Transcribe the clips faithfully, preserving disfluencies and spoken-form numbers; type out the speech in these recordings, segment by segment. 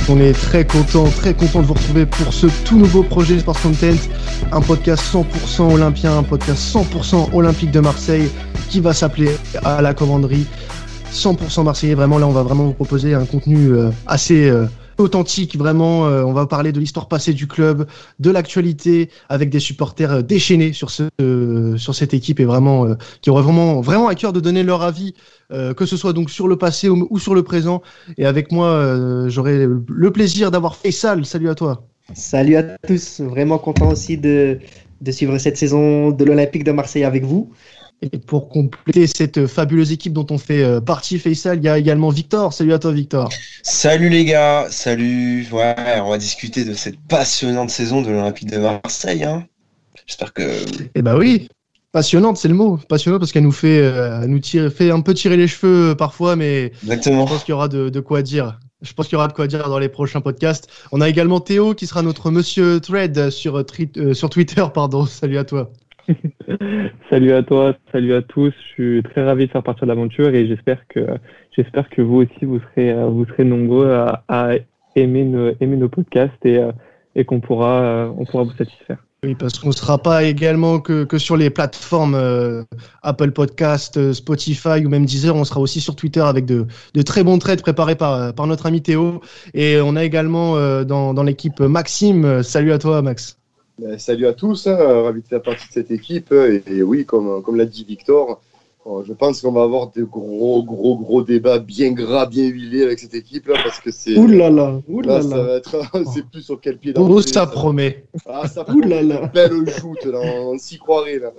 On est très content, très content de vous retrouver pour ce tout nouveau projet Sports Content, un podcast cent pour cent olympien, un podcast cent pour cent olympique de Marseille qui va s'appeler À la commanderie. cent pour cent marseillais, vraiment là on va vraiment vous proposer un contenu euh, assez euh, authentique, vraiment euh, on va parler de l'histoire passée du club, de l'actualité avec des supporters euh, déchaînés sur ce euh, sur cette équipe et vraiment euh, qui auraient vraiment vraiment à cœur de donner leur avis, euh, que ce soit donc sur le passé ou, ou sur le présent. Et avec moi euh, j'aurai le plaisir d'avoir Faisal. Salut à toi. Salut à tous, vraiment content aussi de de suivre cette saison de l'Olympique de Marseille avec vous. Et pour compléter cette fabuleuse équipe dont on fait partie, Faisal, il y a également Victor. Salut à toi, Victor. Salut les gars, salut. Ouais, on va discuter de cette passionnante saison de l'Olympique de Marseille. Hein. J'espère que... Eh ben oui, passionnante, c'est le mot. Passionnante parce qu'elle nous fait, euh, nous tire, fait un peu tirer les cheveux parfois, mais Exactement. Je pense qu'il y aura de, de quoi dire. Je pense qu'il y aura de quoi dire dans les prochains podcasts. On a également Théo qui sera notre monsieur Thread sur, euh, sur Twitter. Pardon. Salut à toi. Salut à toi, salut à tous. Je suis très ravi de faire partie de l'aventure et j'espère que j'espère que vous aussi vous serez vous serez nombreux à, à aimer nos aimer nos podcasts et et qu'on pourra on pourra vous satisfaire. Oui, parce qu'on ne sera pas également que, que sur les plateformes euh, Apple Podcast, Spotify ou même Deezer. On sera aussi sur Twitter avec de, de très bons trades préparés par, par notre ami Théo. Et on a également euh, dans, dans l'équipe Maxime. Salut à toi, Max. Ben, salut à tous, hein, ravi de faire partie de cette équipe. Et, et oui, comme, comme l'a dit Victor, je pense qu'on va avoir de gros, gros, gros débats bien gras, bien huilés avec cette équipe-là parce que c'est. Ouh là là, ouh là là. Ça va être, c'est plus sur quel pied d'entrée. Oh, ça, ça promet. Ah, ça promet. Une belle joute, là, on s'y croirait, là.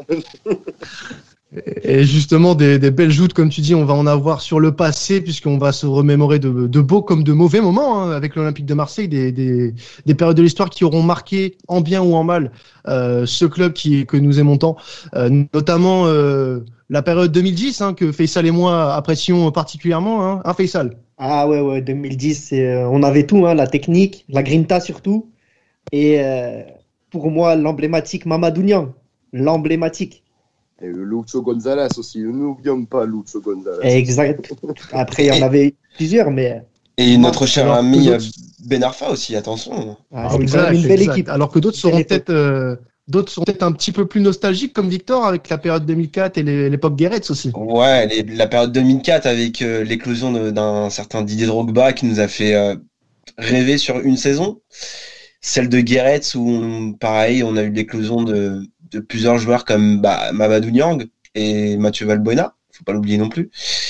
Et justement, des, des belles joutes, comme tu dis, on va en avoir sur le passé, puisqu'on va se remémorer de, de beaux comme de mauvais moments hein, avec l'Olympique de Marseille, des, des, des périodes de l'histoire qui auront marqué, en bien ou en mal, euh, ce club qui, que nous aimons tant, euh, notamment euh, la période deux mille dix, hein, que Faisal et moi apprécions particulièrement, hein, hein Faisal. Ah ouais, ouais, deux mille dix, c'est, euh, on avait tout, hein, la technique, la grinta surtout, et euh, pour moi, l'emblématique Mamadou Niang, l'emblématique. Et le Lucho Gonzalez aussi, n'oublions pas Lucho Gonzalez. Exact. Après, il y en avait plusieurs, mais... Et notre cher ami Ben Arfa aussi, attention. Ah, c'est exact, une belle exact. équipe. Alors que d'autres seront peut-être, euh, d'autres sont peut-être un petit peu plus nostalgiques, comme Victor, avec la période deux mille quatre et les, l'époque Guéretz aussi. Ouais, les, la période deux mille quatre avec euh, l'éclosion de, d'un certain Didier Drogba qui nous a fait euh, rêver sur une saison. Celle de Guéretz où, on, pareil, on a eu l'éclosion de... de plusieurs joueurs comme bah, Mamadou Niang et Mathieu Valbuena, faut pas l'oublier non plus.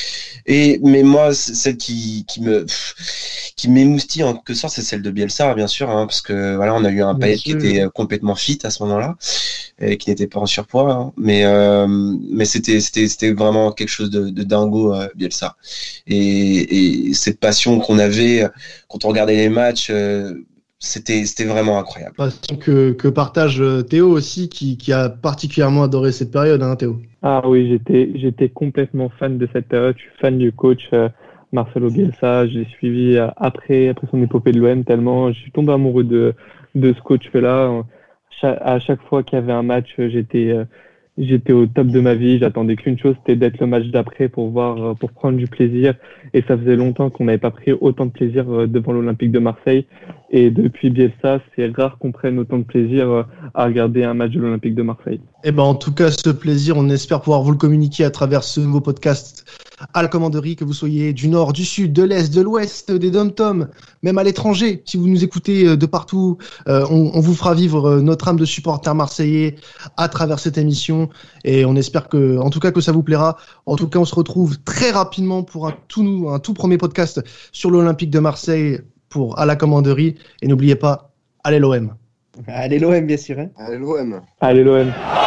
Et mais moi, celle qui qui me qui m'émoustille en quelque sorte, c'est celle de Bielsa, bien sûr, hein, parce que voilà, on a eu un Payet qui était complètement fit à ce moment-là, et qui n'était pas en surpoids, hein, mais euh, mais c'était c'était c'était vraiment quelque chose de, de dingo, euh, Bielsa. Et, et cette passion qu'on avait quand on regardait les matchs. Euh, C'était, c'était vraiment incroyable. Que, que partage Théo aussi, qui, qui a particulièrement adoré cette période, hein, Théo. Ah oui, j'étais, j'étais complètement fan de cette période. Je suis fan du coach euh, Marcelo Bielsa. Je l'ai suivi euh, après, après son épopée de l'O M tellement. Je suis tombé amoureux de, de ce coach-là. À chaque fois qu'il y avait un match, j'étais, euh, j'étais au top de ma vie. J'attendais qu'une chose, c'était d'être le match d'après pour voir, pour prendre du plaisir. Et ça faisait longtemps qu'on n'avait pas pris autant de plaisir devant l'Olympique de Marseille. Et depuis Bielsa, c'est rare qu'on prenne autant de plaisir à regarder un match de l'Olympique de Marseille. Eh ben, en tout cas, ce plaisir, on espère pouvoir vous le communiquer à travers ce nouveau podcast à la commanderie, que vous soyez du nord, du sud, de l'est, de l'ouest, des dom-toms, même à l'étranger. Si vous nous écoutez de partout, euh, on, on vous fera vivre notre âme de supporter marseillais à travers cette émission. Et on espère que, en tout cas, que ça vous plaira. En tout cas, on se retrouve très rapidement pour un tout, un tout premier podcast sur l'Olympique de Marseille pour à la commanderie. Et n'oubliez pas, allez l'O M. Allez l'O M, bien sûr. Hein. Allez l'O M. Allez l'O M.